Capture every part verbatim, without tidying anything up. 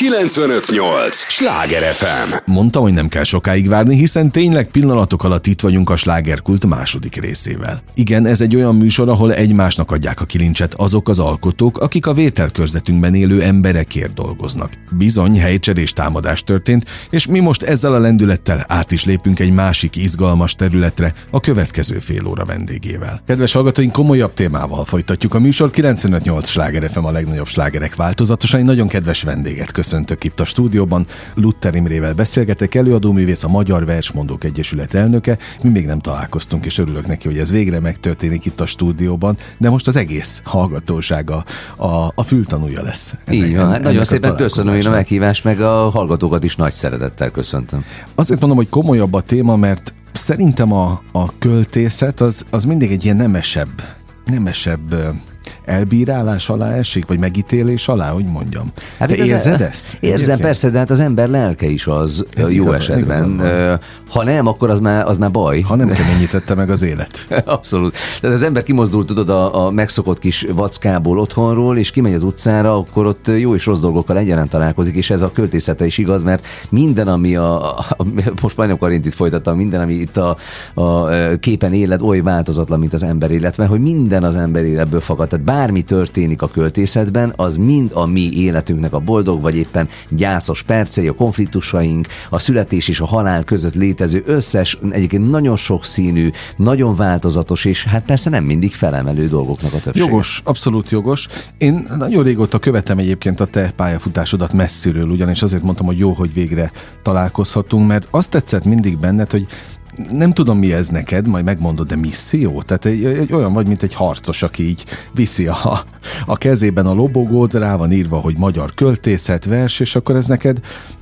kilencvenöt nyolc Sláger ef em. Mondtam, hogy nem kell sokáig várni, hiszen tényleg pillanatok alatt itt vagyunk a Slágerkult második részével. Igen, ez egy olyan műsor, ahol egymásnak adják a kilincset azok az alkotók, akik a vételkörzetünkben élő emberekért dolgoznak. Bizony, helycserés támadás történt, és mi most ezzel a lendülettel át is lépünk egy másik izgalmas területre a következő fél óra vendégével. Kedves hallgatóink, komolyabb témával folytatjuk a műsort. kilencvenöt nyolc Sláger ef em, a legnagyobb slágerek változatosan. Egy nagyon kedves vendéget köszöntök itt a stúdióban. Luther Imrével beszélgetek, előadóművész, a Magyar Versmondók Egyesület elnöke. Mi még nem találkoztunk, és örülök neki, hogy ez végre megtörténik itt a stúdióban, de most az egész hallgatósága a, a fültanúja lesz. Ennek, Így van, hát nagyon szépen köszönöm én a meghívást, meg a hallgatókat is nagy szeretettel köszöntöm. Azért mondom, hogy komolyabb a téma, mert szerintem a, a költészet az, az mindig egy ilyen nemesebb, nemesebb elbírálás alá esik, vagy megítélés alá, hogy mondjam. Hát te érzed ezt? Érzem, egyébként? Persze, de hát az ember lelke is az ez jó igaz, esetben. Igaz, ha nem, akkor az már, az már baj. Ha nem keményítette meg az élet. Abszolút. Tehát az ember kimozdul, tudod, a, a megszokott kis vackából otthonról, és kimegy az utcára, akkor ott jó és rossz dolgokkal egyaránt találkozik, és ez a költészetre is igaz, mert minden, ami a, a most majdnem Karintit folytattam, minden, ami itt a, a képen éled, oly változatlan, mint az ember élet, mert hogy minden az ember életből fakad. Tehát bármi történik a költészetben, az mind a mi életünknek a boldog, vagy éppen gyászos percei, a konfliktusaink, a születés és a halál között létező összes, egyébként nagyon sokszínű, nagyon változatos, és hát persze nem mindig felemelő dolgoknak a többsége. Jogos, abszolút jogos. Én nagyon régóta követem egyébként a te pályafutásodat messziről, ugyanis azért mondtam, hogy jó, hogy végre találkozhatunk, mert azt tetszett mindig benned, hogy nem tudom, mi ez neked, majd megmondod, de misszió? Tehát egy, egy olyan vagy, mint egy harcos, aki így viszi a, a kezében a lobogót, rá van írva, hogy magyar költészet, vers, és akkor ez neked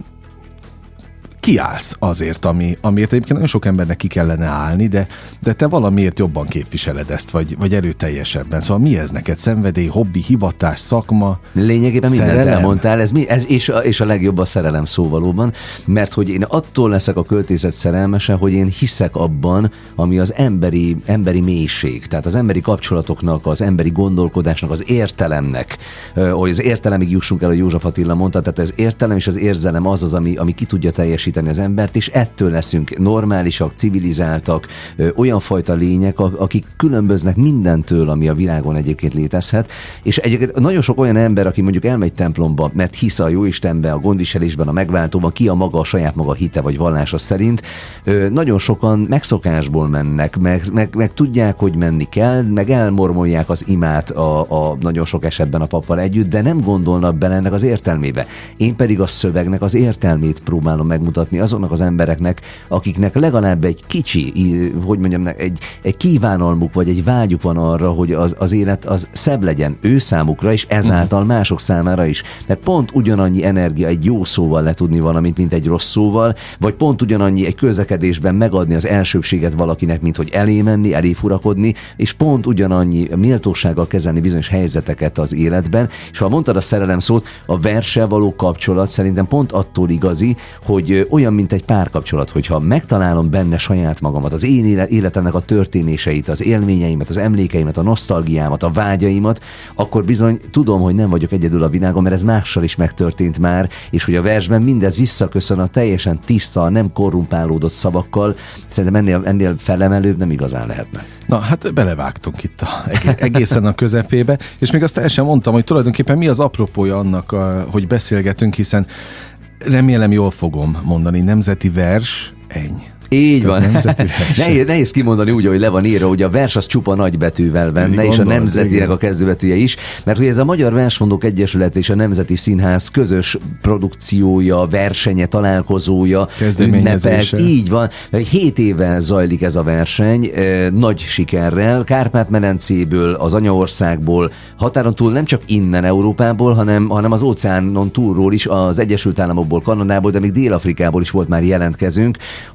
kiállsz azért, ami, amiért egyébként nagyon sok embernek ki kellene állni, de, de te valamiért jobban képviseled ezt, vagy, vagy erőteljesebben. Szóval mi ez neked? Szenvedély, hobbi, hivatás, szakma? Lényegében szerelem? Mindent elmondtál, ez, ez, és, a, és a legjobb a szerelem szó valóban, mert hogy én attól leszek a költészet szerelmese, hogy én hiszek abban, ami az emberi, emberi mélység, tehát az emberi kapcsolatoknak, az emberi gondolkodásnak, az értelemnek, hogy az értelemig jussunk el, hogy József Attila mondta, tehát az értelem és az érzelem az az, ami, ami ki tudja teljesíteni az embert, és ettől leszünk normálisak, civilizáltak, ö, olyan fajta lények, akik különböznek mindentől, ami a világon egyébként létezhet, és egyébként nagyon sok olyan ember, aki mondjuk elmegy templomba, mert hisz a Jóistenben, a gondviselésben, a megváltóban, ki a maga, a saját maga hite vagy vallása szerint, ö, nagyon sokan megszokásból mennek, meg, meg, meg tudják, hogy menni kell, meg elmormolják az imát a, a nagyon sok esetben a pappal együtt, de nem gondolnak bele ennek az értelmébe. Én pedig a szövegnek az értelmét próbálom megmutatni azoknak az embereknek, akiknek legalább egy kicsi, hogy mondjam, egy, egy kívánalmuk, vagy egy vágyuk van arra, hogy az, az élet az szebb legyen ő számukra, és ezáltal mások számára is. Mert pont ugyanannyi energia egy jó szóval letudni valamit, mint egy rossz szóval, vagy pont ugyanannyi egy közlekedésben megadni az elsőbséget valakinek, mint hogy elé menni, elé furakodni, és pont ugyanannyi méltósággal kezelni bizonyos helyzeteket az életben. És ha mondtad a szerelem szót, a verssel való kapcsolat szerintem pont attól igazi, hogy olyan, mint egy párkapcsolat, hogyha megtalálom benne saját magamat, az én életemnek a történéseit, az élményeimet, az emlékeimet, a nosztalgiámat, a vágyaimat, akkor bizony tudom, hogy nem vagyok egyedül a világon, mert ez mással is megtörtént már, és hogy a versben mindez visszaköszön a teljesen tiszta, nem korrumpálódott szavakkal, szerintem ennél, ennél felemelőbb nem igazán lehetne. Na, hát belevágtunk itt a, egészen a közepébe, és még azt el sem mondtam, hogy tulajdonképpen mi az apropója annak, hogy beszélgetünk, hiszen remélem jól fogom mondani, nemzeti vers, ennyi. Így van. Nehéz, nehéz kimondani úgy, hogy le van írva, hogy a vers az csupa nagybetűvel benne, és a nemzetinek a kezdőbetűje is, mert hogy ez a Magyar Versmondók Egyesület és a Nemzeti Színház közös produkciója, versenye, találkozója, ünnepek. Így van. Hét éve zajlik ez a verseny, nagy sikerrel, Kárpát-medencéből, az anyaországból, határon túl nem csak innen Európából, hanem, hanem az óceánon túlról is, az Egyesült Államokból, Kanadából, de még Dél-Afrikából is volt már jelentkezőnk, aki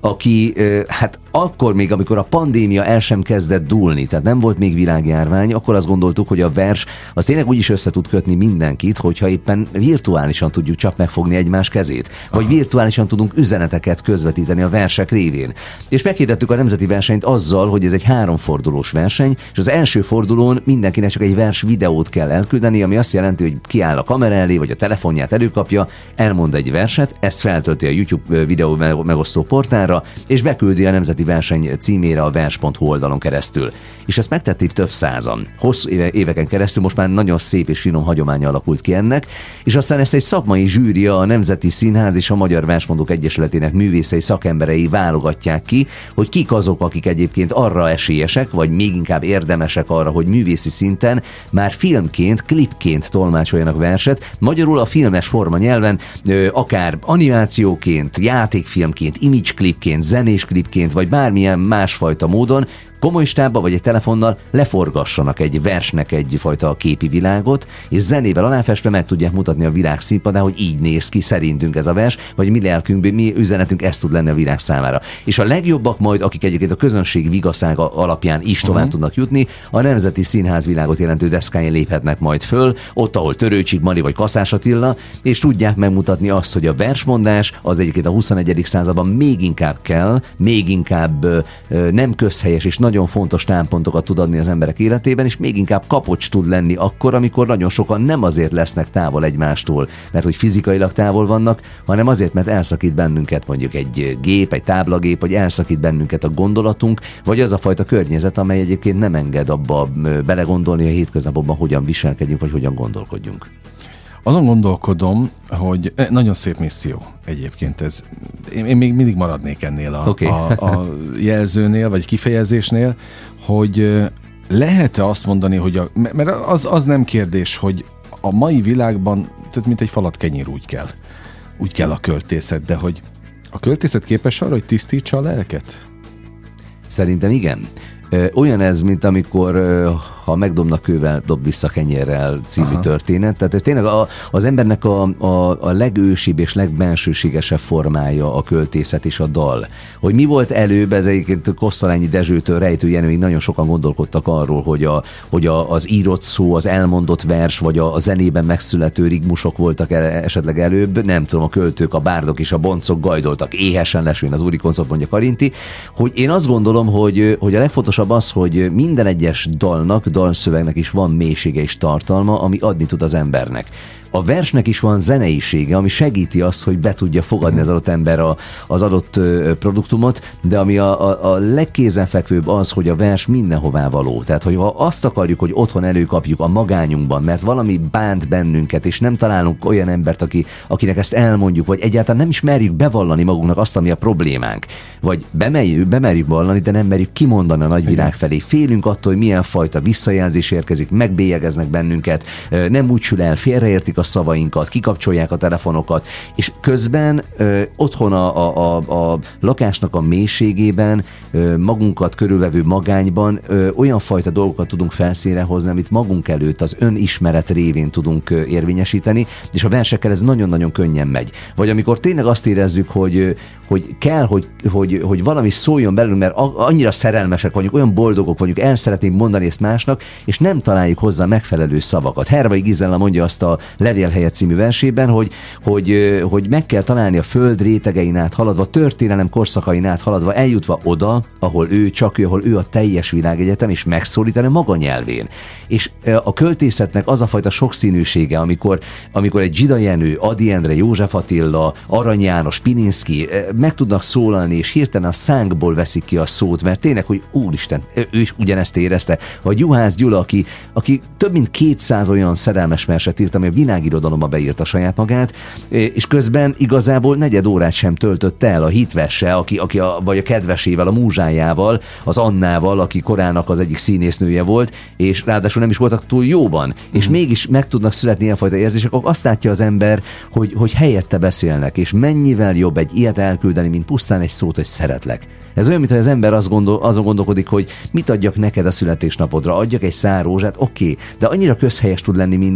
aki hát akkor még, amikor a pandémia el sem kezdett dúlni, tehát nem volt még világjárvány, akkor azt gondoltuk, hogy a vers az tényleg úgy is össze tud kötni mindenkit, hogyha éppen virtuálisan tudjuk csak megfogni egymás kezét, vagy virtuálisan tudunk üzeneteket közvetíteni a versek révén. És meghirdettük a nemzeti versenyt azzal, hogy ez egy háromfordulós verseny, és az első fordulón mindenkinek csak egy vers videót kell elküldeni, ami azt jelenti, hogy kiáll a kamera elé, vagy a telefonját előkapja, elmond egy verset, ezt feltölti a YouTube videó megosztó portálra, és beküldi a nemzeti verseny címére a vers pont hu oldalon keresztül. És ezt megtették több százan. Hosszú éve, éveken keresztül most már nagyon szép és finom hagyománya alakult ki ennek, és aztán ezt egy szakmai zsűria, a Nemzeti Színház és a Magyar Versmondók Egyesületének művészei, szakemberei válogatják ki, hogy kik azok, akik egyébként arra esélyesek, vagy még inkább érdemesek arra, hogy művészi szinten már filmként, klipként tolmácsoljanak verset, magyarul a filmes forma nyelven, akár animációként, játékfilmként, image klipként, zenés klipként, vagy bármilyen másfajta módon, komoly stábba vagy egy telefonnal leforgassanak egy versnek egyfajta képi világot, és zenével aláfestve meg tudják mutatni a világ színpadán, hogy így néz ki szerintünk ez a vers, vagy mi lelkünkben, mi üzenetünk ez tud lenni a világ számára. És a legjobbak majd, akik egyébként a közönség vigaszága alapján is tovább uh-huh. tudnak jutni, a Nemzeti Színház világot jelentő deszkáin léphetnek majd föl, ott, ahol Törőcsik Mari vagy Kaszás Attila, és tudják megmutatni azt, hogy a versmondás az egyébként a huszonegyedik században még inkább kell, még inkább ö, nem közhelyes és nagyon fontos támpontokat tud adni az emberek életében, és még inkább kapocs tud lenni akkor, amikor nagyon sokan nem azért lesznek távol egymástól, mert hogy fizikailag távol vannak, hanem azért, mert elszakít bennünket mondjuk egy gép, egy táblagép, vagy elszakít bennünket a gondolatunk, vagy az a fajta környezet, amely egyébként nem enged abba belegondolni, hogy a hétköznapokban hogyan viselkedjünk, vagy hogyan gondolkodjunk. Azon gondolkodom, hogy nagyon szép misszió egyébként ez. Én, én még mindig maradnék ennél a, okay. a, a jelzőnél, vagy kifejezésnél, hogy lehet-e azt mondani, hogy a, mert az, az nem kérdés, hogy a mai világban, tehát mint egy falat kenyér úgy kell. Úgy kell a költészet, de hogy a költészet képes arra, hogy tisztítsa a lelket? Szerintem igen. Olyan ez, mint amikor ha megdobnak kővel, dob vissza kenyérrel című Aha. történet. Tehát ez tényleg a, az embernek a, a, a legősibb és legbensőségesebb formája a költészet és a dal. Hogy mi volt előbb, ez egyébként Kosztolányi Dezsőtől Rejtő Jenőig nagyon sokan gondolkodtak arról, hogy, a, hogy a, az írott szó, az elmondott vers, vagy a, a zenében megszülető rigmusok voltak el, esetleg előbb, nem tudom, a költők, a bárdok és a boncok gajdoltak éhesen lesvén az úri koncert, mondja Karinti, hogy én azt gondolom, hogy, hogy a legfontosabb az, hogy minden egyes dalnak, dalszövegnek is van mélysége és tartalma, ami adni tud az embernek. A versnek is van zeneisége, ami segíti azt, hogy be tudja fogadni az adott ember a, az adott produktumot, de ami a, a, a legkézenfekvőbb az, hogy a vers mindenhová való. Tehát, hogy ha azt akarjuk, hogy otthon előkapjuk a magányunkban, mert valami bánt bennünket, és nem találunk olyan embert, aki, akinek ezt elmondjuk, vagy egyáltalán nem is merjük bevallani magunknak azt, ami a problémánk. Vagy bemerjük, bemerjük vallani, de nem merjük kimondani a nagyvilág felé. Félünk attól, hogy milyen fajta visszajelzés érkezik, megbélyegeznek bennünket, nem úgy sül el, félreértik a szavainkat, kikapcsolják a telefonokat, és közben ö, otthon a, a, a, a lakásnak a mélységében, ö, magunkat körülvevő magányban ö, olyan fajta dolgokat tudunk felszínre hozni, amit magunk előtt az önismeret révén tudunk ö, érvényesíteni, és a versekkel ez nagyon-nagyon könnyen megy. Vagy amikor tényleg azt érezzük, hogy, hogy kell, hogy, hogy, hogy valami szóljon belőlünk, mert annyira szerelmesek vagyunk, olyan boldogok vagyunk, el szeretnénk mondani ezt másnak, és nem találjuk hozzá megfelelő szavakat. Hervai Gizella mondja azt a Levélhelyet című versében, hogy, hogy, hogy meg kell találni a föld rétegein át haladva, történelem korszakain át haladva, eljutva oda, ahol ő csak ő, ahol ő a teljes világegyetem, és megszólítani maga nyelvén. És a költészetnek az a fajta sokszínűsége, amikor, amikor egy Zsida Jenő, Ady Endre, József Attila, Arany János, Pilinszky meg tudnak szólalni, és hirtelen a szánkból veszik ki a szót, mert tényleg, hogy úristen, ő is ugyanezt érezte. Vagy Juhász Gyula, aki, aki több mint kétszáz olyan szerelmes verset írt, ami a világirodalomba beírta saját magát, és közben igazából negyed órát sem töltött el a hitvesse, aki, aki a, vagy a kedvesével, a múzsájával, az Annával, aki korának az egyik színésznője volt, és ráadásul nem is voltak túl jóban, mm. és mégis meg tudnak születni ilyenfajta érzések, akkor azt látja az ember, hogy, hogy helyette beszélnek, és mennyivel jobb egy ilyet elküldeni, mint pusztán egy szót, hogy szeretlek. Ez olyan, mintha az ember azt gondol, azon gondolkodik, hogy mit adjak neked a születésnapodra, adjak egy szár rózsát, oké, okay, de annyira közhelyes tud lenni minden,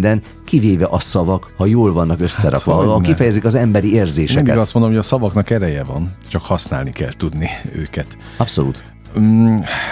kivéve a szavak, ha jól vannak összerakva, hát, ha kifejezik az emberi érzéseket. Mindig azt mondom, hogy a szavaknak ereje van, csak használni kell tudni őket. Abszolút. Mm,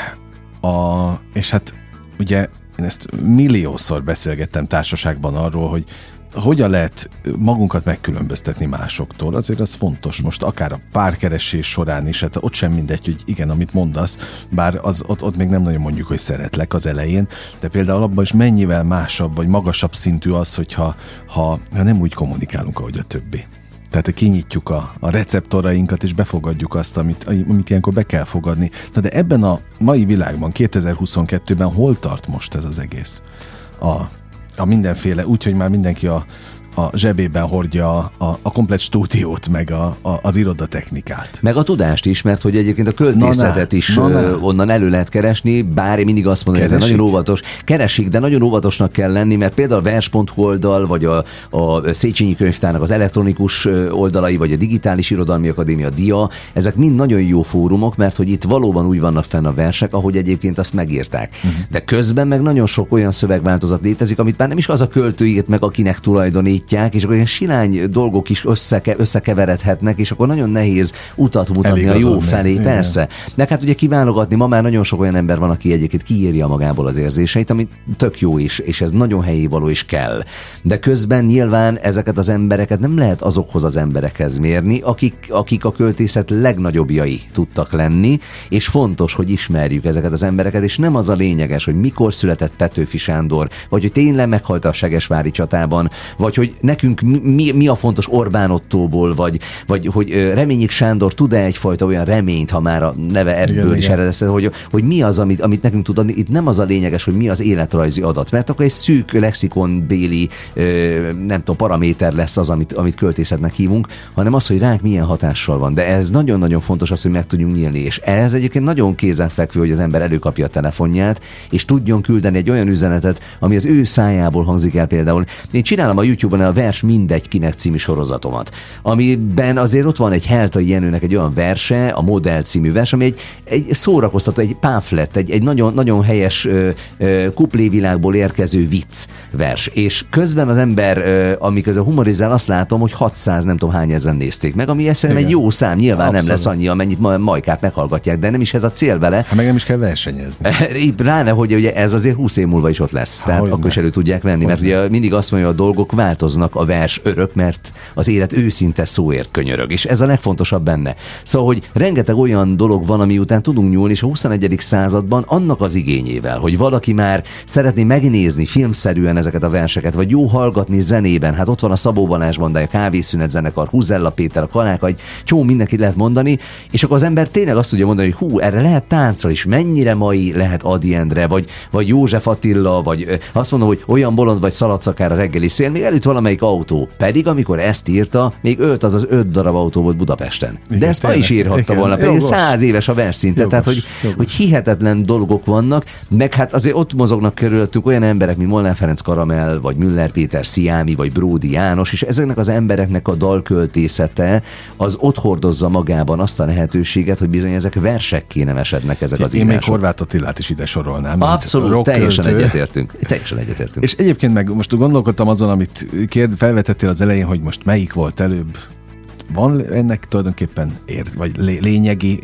a, és hát ugye én ezt milliószor beszélgettem társaságban arról, hogy hogyan lehet magunkat megkülönböztetni másoktól, azért az fontos. Most akár a párkeresés során is, hát ott sem mindegy, hogy igen, amit mondasz, bár az, ott, ott még nem nagyon mondjuk, hogy szeretlek az elején, de például abban is mennyivel másabb, vagy magasabb szintű az, hogyha ha, ha nem úgy kommunikálunk, ahogy a többi. Tehát kinyitjuk a, a receptorainkat, és befogadjuk azt, amit, amit ilyenkor be kell fogadni. Na de ebben a mai világban, kétezer-huszonkettőben hol tart most ez az egész? A a mindenféle, úgyhogy már mindenki a, a zsebében hordja a, a, a komplett stúdiót, meg a, a, az irodatechnikát. Meg a tudást is, mert hogy egyébként a költészetet na, is na, na. onnan elő lehet keresni, bár én mindig azt mondom, hogy ez nagyon óvatos. Keresik, de nagyon óvatosnak kell lenni, mert például a vers pont hu oldal, vagy a, a Széchenyi Könyvtárnak az elektronikus oldalai, vagy a Digitális Irodalmi Akadémia dia, ezek mind nagyon jó fórumok, mert hogy itt valóban úgy vannak fenn a versek, ahogy egyébként azt megírták. Uh-huh. De közben meg nagyon sok olyan szövegváltozat létezik, amit már nem is az a költő írt meg, akinek tulajdonít, és akkor ilyen silány dolgok is összeke, összekeveredhetnek, és akkor nagyon nehéz utat mutatni elég a jó felé, igen. Persze. De hát ugye kiválogatni, ma már nagyon sok olyan ember van, aki egyébként kiírja magából az érzéseit, ami tök jó is, és ez nagyon helyévaló is kell. De közben nyilván ezeket az embereket nem lehet azokhoz az emberekhez mérni, akik, akik a költészet legnagyobbjai tudtak lenni, és fontos, hogy ismerjük ezeket az embereket, és nem az a lényeges, hogy mikor született Petőfi Sándor, vagy hogy tényleg meghalt a Segesvári csatában, vagy hogy nekünk mi, mi a fontos Orbán Ottóból, vagy, vagy hogy Reményik Sándor tud-e egyfajta olyan reményt, ha már a neve ebből igen, is eredeztet, hogy, hogy mi az, amit, amit nekünk tud adni. Itt nem az a lényeges, hogy mi az életrajzi adat, mert akkor egy szűk lexikonbéli, nem tudom, paraméter lesz az, amit, amit költészetnek hívunk, hanem az, hogy ránk milyen hatással van. De ez nagyon-nagyon fontos az, hogy meg tudjunk nyílni. És ez egyébként nagyon kézenfekvő, hogy az ember előkapja a telefonját, és tudjon küldeni egy olyan üzenetet, ami az ő szájából hangzik el például. Én csinálom a YouTube-on a Vers mindegy kinek című sorozatomat, amiben azért ott van egy Heltai Jenőnek egy olyan verse, a Modell című vers, ami egy, egy szórakoztató, egy pamflet, egy, egy nagyon, nagyon helyes ö, ö, kuplévilágból érkező vicc vers. És közben az ember, ö, amikor humorizál, azt látom, hogy hatszáz nem tudom hány ezeren nézték meg, ami szerintem egy jó szám, nyilván abszolút. Nem lesz annyi, amennyit ma, Majkát meghallgatják, de nem is ez a cél vele. Hát meg nem is kell versenyezni. Ráne, hogy ugye ez azért húsz év múlva is ott lesz, Há, tehát akkor is elő tudják venni, hogy mert ne. Ugye mindig azt mondja, hogy a dolgok változnak, a vers örök, mert az élet őszinte szóért könyörög, és ez a legfontosabb benne. Szóval, hogy rengeteg olyan dolog van, ami után tudunk nyúlni, és a huszonegyedik században annak az igényével, hogy valaki már szeretné megnézni filmszerűen ezeket a verseket, vagy jó hallgatni zenében, hát ott van a Szabó Balázs bandája, Kávészünet zenekar, Huzella Péter, a Kaláka, egy csomó mindenkit lehet mondani, és akkor az ember tényleg azt tudja mondani, hogy hú, erre lehet táncol is, mennyire mai lehet Ady Endre, vagy, vagy József Attila, vagy azt mondom, hogy olyan bolond vagy szaladszakár a reggeli szél, még előtt valamelyik autó. Pedig amikor ezt írta, még öt, azaz öt darab autó volt Budapesten. Igen, de ezt ma is írhatta igen, volna, pedig száz éves a versszinte, tehát hogy, hogy hihetetlen dolgok vannak, meg hát azért ott mozognak körülöttünk olyan emberek, mint Molnár Ferenc Karamell, vagy Müller Péter Sziámi, vagy Bródi János, és ezeknek az embereknek a dalköltészete az ott hordozza magában azt a lehetőséget, hogy bizony ezek versekké nem esednek ezek az írások. Én még Horváth Attilát is ide sorolnám. Abszolút, teljesen egyetértünk. Teljesen egyetértünk. És egyébként meg most gondolkodtam azon, amit kérd, felvetettél az elején, hogy most melyik volt előbb. Van ennek tulajdonképpen ért, vagy lé, lényegi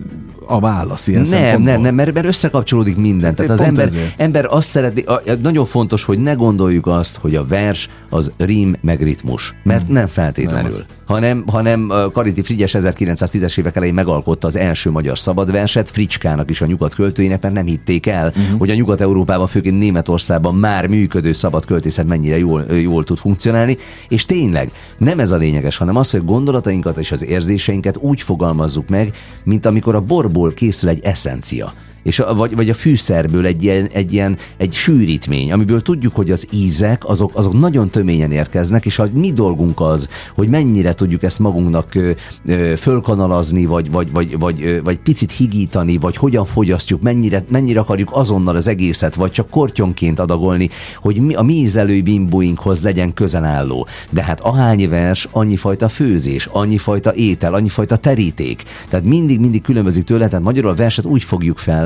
a válasz ilyen Nem, nem, nem, mert, mert összekapcsolódik minden. Tehát az ember, ember azt szereti, a, nagyon fontos, hogy ne gondoljuk azt, hogy a vers az rím meg ritmus, mert hmm. nem feltétlenül. Nem hanem, hanem Karinthy Frigyes ezerkilencszáztízes évek elején megalkotta az első magyar szabadverset, Fricskának is a nyugat költőinek, mert nem hitték el, uh-huh. hogy a Nyugat-Európában, főként Németországban már működő szabad költészet mennyire jól, jól tud funkcionálni, és tényleg nem ez a lényeges, hanem az, hogy gondolatainkat és az érzéseinket úgy fogalmazzuk meg, mint amikor a borból készül egy eszencia. És a, vagy, vagy a fűszerből egy ilyen, egy ilyen egy sűrítmény, amiből tudjuk, hogy az ízek azok, azok nagyon töményen érkeznek, és a mi dolgunk az, hogy mennyire tudjuk ezt magunknak ö, ö, fölkanalazni, vagy, vagy, vagy, vagy, ö, vagy picit higítani, vagy hogyan fogyasztjuk, mennyire, mennyire akarjuk azonnal az egészet, vagy csak kortyonként adagolni, hogy mi, a mi ízlelői bimbóinkhoz legyen közenálló. De hát ahány vers, annyifajta főzés, annyifajta étel, annyifajta teríték. Tehát mindig-mindig különbözik tőle, tehát magyarul a verset úgy fogjuk fel,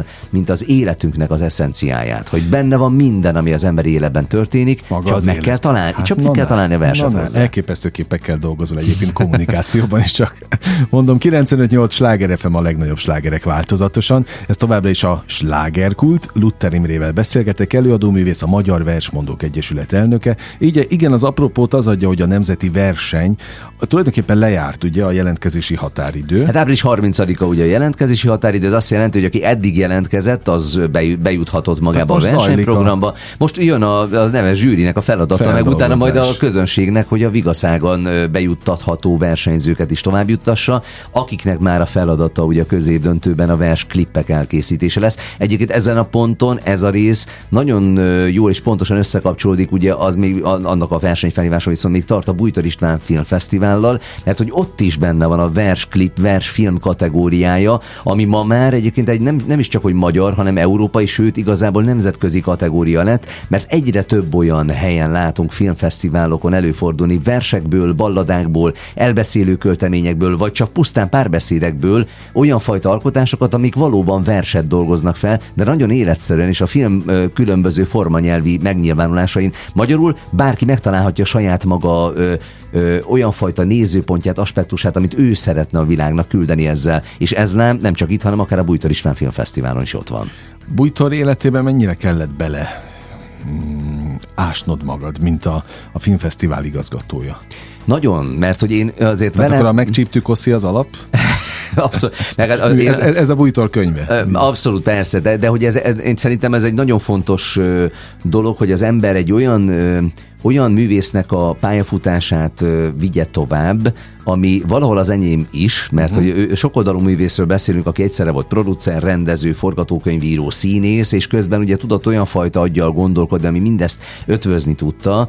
mint az életünknek az eszenciáját, hogy benne van minden, ami az emberi életben történik, maga csak meg élet. kell találni, hát, csak meg kell találni a verset hozzá. Elképesztő képekkel dolgozol egyébként kommunikációban is, csak mondom, kilencvenöt nyolc Sláger ef em a legnagyobb slágerek változatosan. Ez továbbra is a Slágerkult. Luther Imrével beszélgetek, előadóművész, a Magyar Versmondók Egyesület elnöke. Így igen, az apropót az adja, hogy a nemzeti verseny tulajdonképpen lejárt ugye a jelentkezési határidő. Hát április harmincadika ugye a jelentkezési határidő, az azt jelenti, hogy aki eddig jelentkezett, az bejuthatott magába a versenyprogramba. A... Most jön a, a neves zsűrinek a feladata, meg utána majd a közönségnek, hogy a Vigaszágon bejuttatható versenyzőket is tovább juttassa, akiknek már a feladata ugye a középdöntőben a vers klippek elkészítése lesz. Egyébként ezen a ponton ez a rész nagyon jól és pontosan összekapcsolódik, ugye az még annak a versenyfelhívása viszont még tart a Bújtor István Filmfesztivállal, mert hogy ott is benne van a versklip, versfilm kategóriája, ami ma már egyébként egy nem, nem is csak hogy magyar, hanem európai, sőt igazából nemzetközi kategória lett, mert egyre több olyan helyen látunk filmfesztiválokon előfordulni versekből, balladákból, elbeszélő költeményekből, vagy csak pusztán párbeszédekből olyan fajta alkotásokat, amik valóban verset dolgoznak fel, de nagyon életszerűen, és a film különböző formanyelvi megnyilvánulásain magyarul bárki megtalálhatja saját maga ö, ö, olyan fajta nézőpontját, aspektusát, amit ő szeretne a világnak küldeni ezzel. És ez nem, nem csak itt, hanem akár a Bújtor István Filmfesztiválon is ott van. Bújtor életében mennyire kellett bele mm, ásnod magad, mint a, a filmfesztivál igazgatója? Nagyon, mert hogy én azért vele... akkor a Megcsíptük Oszi az alap? Abszolút. Meg, én... ez, ez a Bújtor könyve. Abszolút, persze, de, de hogy ez, én szerintem ez egy nagyon fontos dolog, hogy az ember egy olyan, olyan művésznek a pályafutását vigye tovább, ami valahol az enyém is, mert uh-huh. hogy sokoldalú művészről beszélünk, aki egyszerre volt producer, rendező, forgatókönyvíró, színész, és közben ugye tudott olyan fajta aggyal gondolkodni, ami mindezt ötvözni tudta.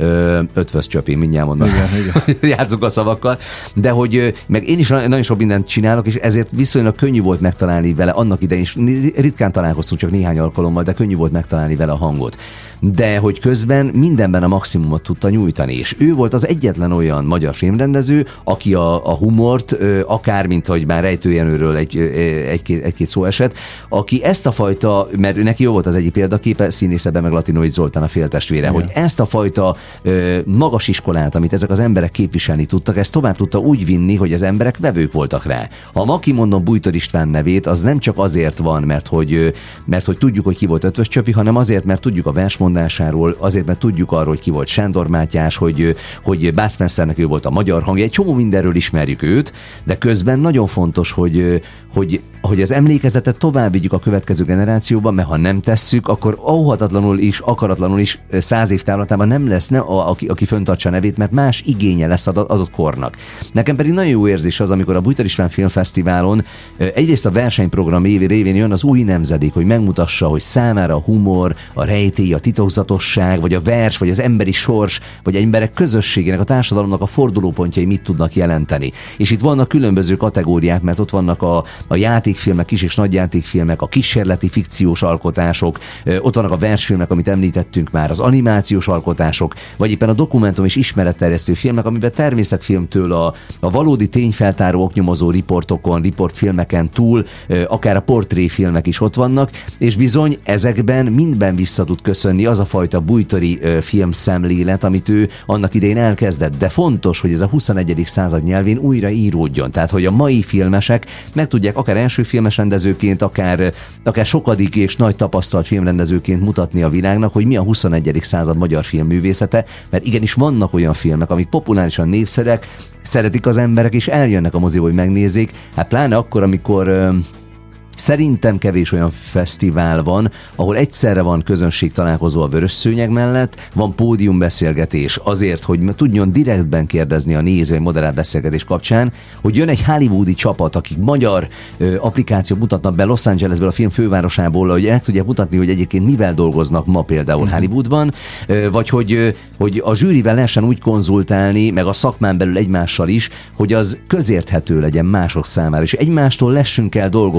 Ötvöz Csöpén, mindjárt mondom. Igen, igen. Játszunk a szavakkal. De hogy meg én is nagyon sok mindent csinálok, és ezért viszonylag könnyű volt megtalálni vele annak idején is. Ritkán találkoztunk, csak néhány alkalommal, de könnyű volt megtalálni vele a hangot. De hogy közben mindenben a maximumot tudta nyújtani, és ő volt az egyetlen olyan magyar filmrendező, aki a, a humort, akár, mint hogy már Rejtő Jenőről egy, egy-két, egy-két szó esett, aki ezt a fajta, mert neki jó volt az egyik példaképe, színészebe meg Latinovics Zoltán a féltestvére, hogy ezt a fajta magas iskolát, amit ezek az emberek képviselni tudtak, ezt tovább tudta úgy vinni, hogy az emberek vevők voltak rá. Ha ma kimondom Bújtor István nevét, az nem csak azért van, mert hogy, mert hogy tudjuk, hogy ki volt Ötvös Csöpi, hanem azért, mert tudjuk a versmondásáról, azért, mert tudjuk arról, hogy ki volt Sándor Mátyás, hogy, hogy Bud Spencernek ő volt a magyar hangja, egy csomó mindenről ismerjük őt, de közben nagyon fontos, hogy, hogy, hogy az emlékezetet tovább vigyük a következő generációba, mert ha nem tesszük, akkor óhatatlanul is, akaratlanul is száz év távlatában nem lesz ne, a, aki, aki föntartsa a nevét, mert más igénye lesz adott, adott kornak. Nekem pedig nagyon jó érzés az, amikor a Bújtor István Filmfesztiválon egyrészt a versenyprogram évi révén jön az új nemzedék, hogy megmutassa, hogy számára a humor, a rejtély, a titokzatosság, vagy a vers, vagy az emberi sors, vagy emberek közösségének, a társadalomnak a fordulópontjai mit tudnak jelenteni. És itt vannak különböző kategóriák, mert ott vannak a, a játékfilmek, kis és nagy játékfilmek, a kísérleti fikciós alkotások, ott vannak a versfilmek, amit említettünk már, az animációs alkotások, vagy éppen a dokumentum és ismeretterjesztő filmek, amiben természetfilmtől a, a valódi tényfeltáró oknyomozó riportokon, riportfilmeken túl, akár a portréfilmek is ott vannak, és bizony ezekben mindben vissza tud köszönni az a fajta bújtori filmszemlélet, amit ő annak idején elkezdett. De fontos, hogy ez a huszonegyedik század nyelvén újra íródjon. Tehát, hogy a mai filmesek meg tudják akár első filmes rendezőként, akár, akár sokadik és nagy tapasztalt filmrendezőként mutatni a világnak, hogy mi a huszonegyedik század magyar filmművészete, mert igenis vannak olyan filmek, amik populárisan népszerűek, szeretik az emberek, és eljönnek a moziba, hogy megnézzék. Hát pláne akkor, amikor szerintem kevés olyan fesztivál van, ahol egyszerre van közönség találkozó a Vörös Szőnyeg mellett, van pódiumbeszélgetés azért, hogy tudjon direktben kérdezni a néző egy moderált beszélgetés kapcsán, hogy jön egy hollywoodi csapat, akik magyar ö, applikációt mutatnak be Los Angelesből, a film fővárosából, hogy el tudják mutatni, hogy egyébként mivel dolgoznak ma például uh-huh. Hollywoodban, ö, vagy hogy, ö, hogy a zsűrivel lehessen úgy konzultálni, meg a szakmán belül egymással is, hogy az közérthető legyen mások számára, és egymástól lessünk el dolgokat, hogy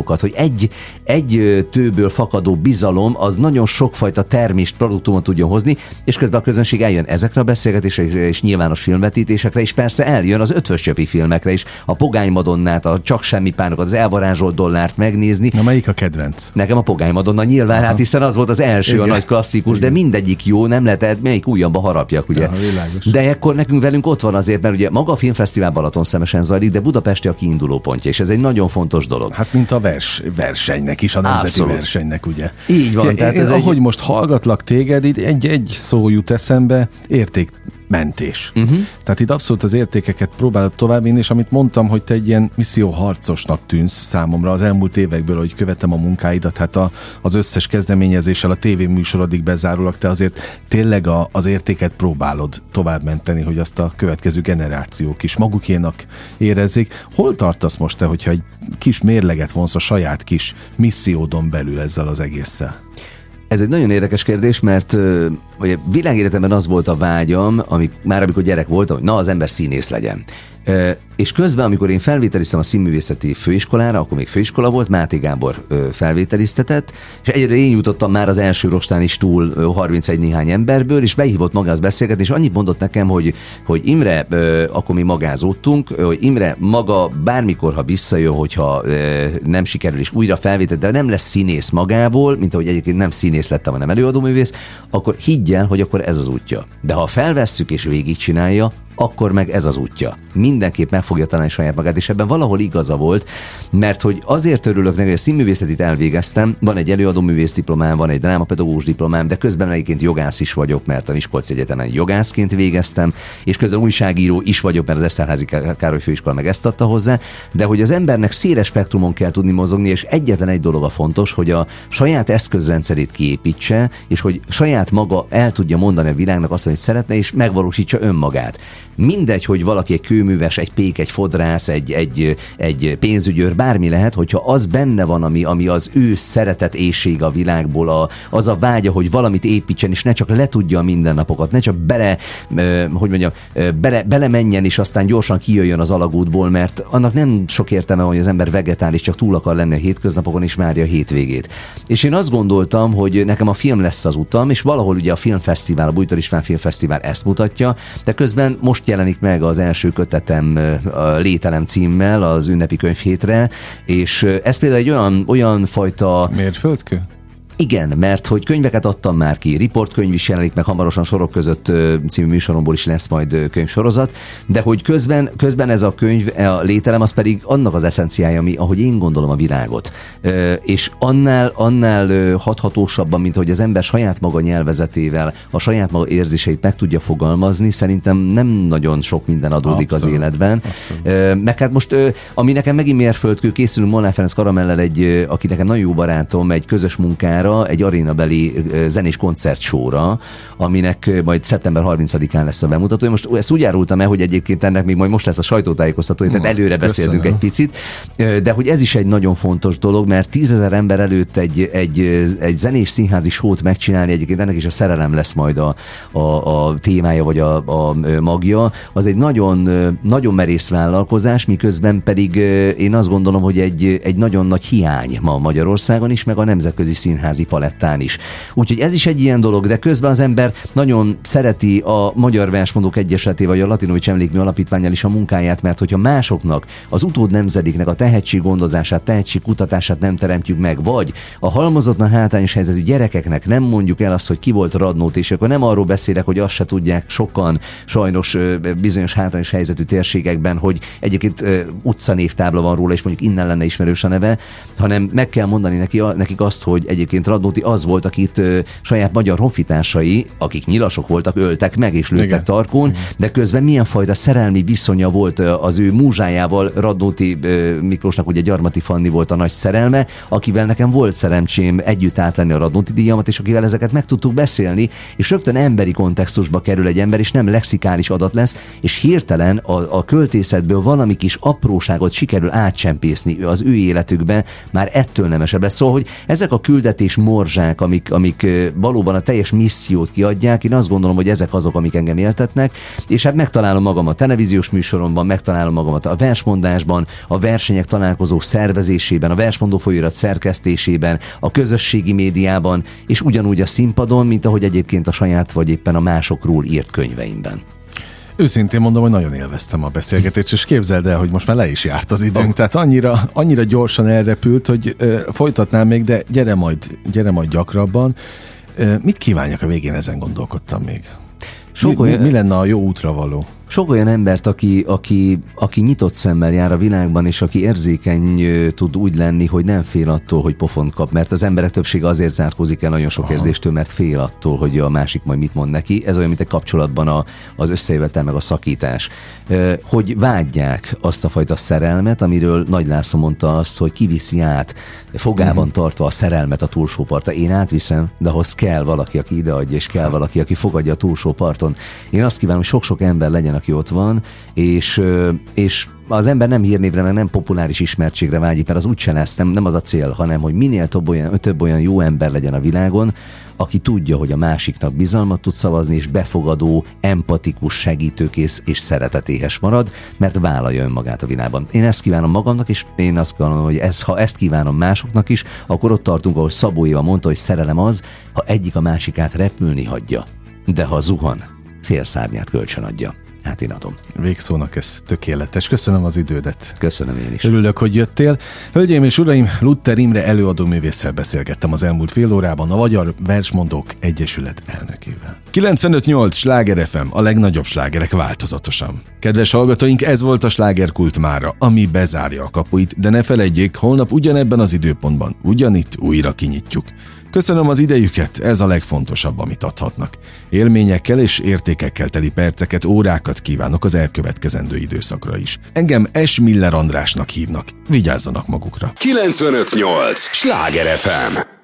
egy, egy tőből fakadó bizalom az nagyon sokfajta termést, produktumot tudjon hozni, és közben a közönség eljön ezekre a beszélgetésekre és nyilvános filmvetítésekre, és persze eljön az ötvöscsöpi filmekre is, a Pogány Madonnát, a Csak semmi pánokat, az elvarázsolt dollárt megnézni. Na, melyik a kedvenc? Nekem a Pogány Madonna nyilván, hát hiszen az volt az első, igen, a nagy klasszikus, igen, de mindegyik jó, nem lehet, melyik ujjamba harapjak, ugye. Ja, de ekkor nekünk velünk ott van azért, mert ugye maga a filmfesztivál Balatonszemesen zajlik, de Budapesti a kiinduló pontja, és ez egy nagyon fontos dolog. Hát mint a vers, versenynek is, a nemzeti Abszolút. versenynek, ugye. Így van. Ugye, Tehát én, ez ahogy egy... most hallgatlak téged, itt egy, egy szó jut eszembe, érték mentés. Uh-huh. Tehát itt abszolút az értékeket próbálod továbbvinni, és amit mondtam, hogy te egy ilyen misszióharcosnak tűnsz számomra az elmúlt évekből, hogy követem a munkáidat, hát a, az összes kezdeményezéssel, a tévéműsorodig bezárólag, te azért tényleg a, az értéket próbálod tovább menteni, hogy azt a következő generációk is magukénak érezzék. Hol tartasz most te, hogyha egy kis mérleget vonsz a saját kis missziódon belül ezzel az egésszel? Ez egy nagyon érdekes kérdés, mert uh, világéletemben az volt a vágyam, amik, már amikor gyerek voltam, hogy na, az ember színész legyen. Uh, és közben, amikor én felvételiztem a színművészeti főiskolára, akkor még főiskola volt, Máté Gábor uh, felvételiztetett, és egyre én jutottam már az első rostán is túl uh, harmincegy néhány emberből, és behívott magához beszélgetni, és annyit mondott nekem, hogy, hogy Imre, uh, akkor mi magázódtunk, uh, hogy Imre maga bármikor, ha visszajön, hogyha uh, nem sikerül, és újra felvétel, de nem lesz színész magából, mint ahogy egyébként nem színész lettem, hanem előadóművész, akkor higgy el, hogy akkor ez az útja. De ha felvesszük és végigcsinálja, akkor meg ez az útja. Mindenképp meg fogja találni saját magát, és ebben valahol igaza volt, mert hogy azért örülök neki, hogy a színművészetit elvégeztem, van egy előadóművész diplomám, van egy drámapedagógus diplomám, de közben egyébként jogász is vagyok, mert a Miskolci Egyetemen jogászként végeztem, és közben újságíró is vagyok, mert az Eszterházy Károly főiskola meg ezt adta hozzá, de hogy az embernek széles spektrumon kell tudni mozogni, és egyetlen egy dolog a fontos, hogy a saját eszközrendszerét kiépítse, és hogy saját maga el tudja mondani a világnak azt, hogy szeretne, és megvalósítsa önmagát. Mindegy, hogy valaki egy kőműves, egy pék, egy fodrász, egy, egy, egy pénzügyőr, bármi lehet, hogyha az benne van, ami, ami az ő szeretet éjség a világból, a, az a vágya, hogy valamit építsen, és ne csak letudja a mindennapokat, ne csak bele, hogy mondjam, bele, bele menjen, és aztán gyorsan kijöjjön az alagútból, mert annak nem sok értelme, hogy az ember vegetális, csak túl akar lenni a hétköznapokon, és várja a hétvégét. És én azt gondoltam, hogy nekem a film lesz az utam, és valahol ugye a filmfesztivál, a Bújtor István Filmfesztivál ezt mutatja, de közben most jelenik meg az első kötetem a Lételem címmel az ünnepi könyvhétre, és ez például egy olyan, olyan fajta... Mérföldkő? Igen, mert hogy könyveket adtam már ki, riportkönyv is jelenik meg, hamarosan Sorok között című műsoromból is lesz majd könyvsorozat, de hogy közben, közben ez a könyv, a Lételem, az pedig annak az eszenciája, ami, ahogy én gondolom a világot. És annál, annál hathatósabban, mint hogy az ember saját maga nyelvezetével, a saját maga érzéseit meg tudja fogalmazni, szerintem nem nagyon sok minden adódik abszolút az életben. Abszolút. Meg hát most, ami nekem megint mérföldkő, készülünk Molnár Ferenc Karamellel, egy, aki nekem nagyon jó barátom, egy közös munkára, egy arénabeli zenés koncertsóra, aminek majd szeptember harmincadikán lesz a bemutató. Most ezt úgy árultam el, hogy egyébként ennek még majd most lesz a sajtótájékoztató, tehát előre beszéltünk egy picit, de hogy ez is egy nagyon fontos dolog, mert tízezer ember előtt egy, egy, egy zenés színházi sót megcsinálni, egyébként ennek is a szerelem lesz majd a, a, a témája, vagy a, a magja, az egy nagyon, nagyon merész vállalkozás, miközben pedig én azt gondolom, hogy egy, egy nagyon nagy hiány ma Magyarországon is, meg a nemzetközi színház palettán is. Úgyhogy ez is egy ilyen dolog, de közben az ember nagyon szereti a Magyar Versmondók Egyesületével, vagy a Latinovics Emlékmű Alapítvánnyal is a munkáját, mert hogyha másoknak, az utód nemzedéknek a tehetséggondozását, tehetségkutatását nem teremtjük meg, vagy a halmozottan hátrányos helyzetű gyerekeknek nem mondjuk el azt, hogy ki volt Radnóti, és akkor nem arról beszélek, hogy azt se tudják sokan sajnos bizonyos hátrányos helyzetű térségekben, hogy egyébként utcanévtábla van róla, és mondjuk innen lenne ismerős a neve, hanem meg kell mondani neki, nekik azt, hogy egyébként Radnóti az volt, akit ö, saját magyar honfitársai, akik nyilasok voltak, öltek meg és lőttek igen, tarkón, igen. De közben milyen fajta szerelmi viszonya volt az ő múzsájával. Radnóti ö, Miklósnak ugye Gyarmati Fanni volt a nagy szerelme, akivel nekem volt szerencsém együtt átvenni a Radnóti díjamat, és akivel ezeket meg tudtuk beszélni, és rögtön emberi kontextusba kerül egy ember, és nem lexikális adat lesz, és hirtelen a, a költészetből valami kis apróságot sikerül átcsempészni az ő életükbe, már ettől nemesebb lesz. Szóval, hogy ezek a küldetés kis morzsák, amik, amik valóban a teljes missziót kiadják. Én azt gondolom, hogy ezek azok, amik engem éltetnek, és hát megtalálom magam a televíziós műsoromban, megtalálom magamat a versmondásban, a versenyek találkozó szervezésében, a versmondó folyóirat szerkesztésében, a közösségi médiában, és ugyanúgy a színpadon, mint ahogy egyébként a saját vagy éppen a másokról írt könyveimben. Őszintén mondom, hogy nagyon élveztem a beszélgetést, és képzeld el, hogy most már le is járt az időnk, oh. tehát annyira, annyira gyorsan elrepült, hogy ö, folytatnám még, de gyere majd, gyere majd gyakrabban. Ö, mit kívánjak a végén, ezen gondolkodtam még. Mi, mi, mi lenne a jó útra való? Sok olyan embert, aki, aki, aki nyitott szemmel jár a világban, és aki érzékeny tud úgy lenni, hogy nem fél attól, hogy pofont kap, mert az emberek többsége azért zárkózik el nagyon sok Aha. érzéstől, mert fél attól, hogy a másik majd mit mond neki. Ez olyan, mint egy kapcsolatban a, az összejövetel meg a szakítás. Hogy vágyják azt a fajta szerelmet, amiről Nagy László mondta azt, hogy kiviszi át, fogában uh-huh. tartva a szerelmet a túlsó partra. Én átviszem, de ahhoz kell valaki, aki ideadja, és kell valaki, aki fogadja a túlsó parton. Én azt kívánom, hogy sok-sok ember legyen, aki ott van, és, és az ember nem hírnévre, meg nem populáris ismertségre vágyik, mert az úgyse lesz, nem, nem az a cél, hanem hogy minél több olyan, több olyan jó ember legyen a világon, aki tudja, hogy a másiknak bizalmat tud szavazni, és befogadó, empatikus, segítőkész és szeretetéhes marad, mert vállalja önmagát a világban. Én ezt kívánom magamnak, és én azt kívánom, hogy ez, ha ezt kívánom másoknak is, akkor ott tartunk, ahol Szabó Éva mondta, hogy szerelem az, ha egyik a másikát repülni hagyja, de ha zuhan, fél szárnyát kölcsön adja. Hát én adom. Végszónak ez tökéletes. Köszönöm az idődet. Köszönöm én is. Örülök, hogy jöttél. Hölgyeim és uraim, Luther Imre előadó művésszel beszélgettem az elmúlt fél órában, a Magyar Versmondók Egyesület elnökével. kilencvenöt nyolc Sláger ef em, a legnagyobb slágerek változatosan. Kedves hallgatóink, ez volt a Slágerkult mára, ami bezárja a kapuit, de ne feledjék, holnap ugyanebben az időpontban, ugyanitt újra kinyitjuk. Köszönöm az idejüket, ez a legfontosabb, amit adhatnak. Élményekkel és értékekkel teli perceket, órákat kívánok az elkövetkezendő időszakra is. Engem S. Miller Andrásnak hívnak. Vigyázzanak magukra. kilencvenöt nyolc Sláger ef em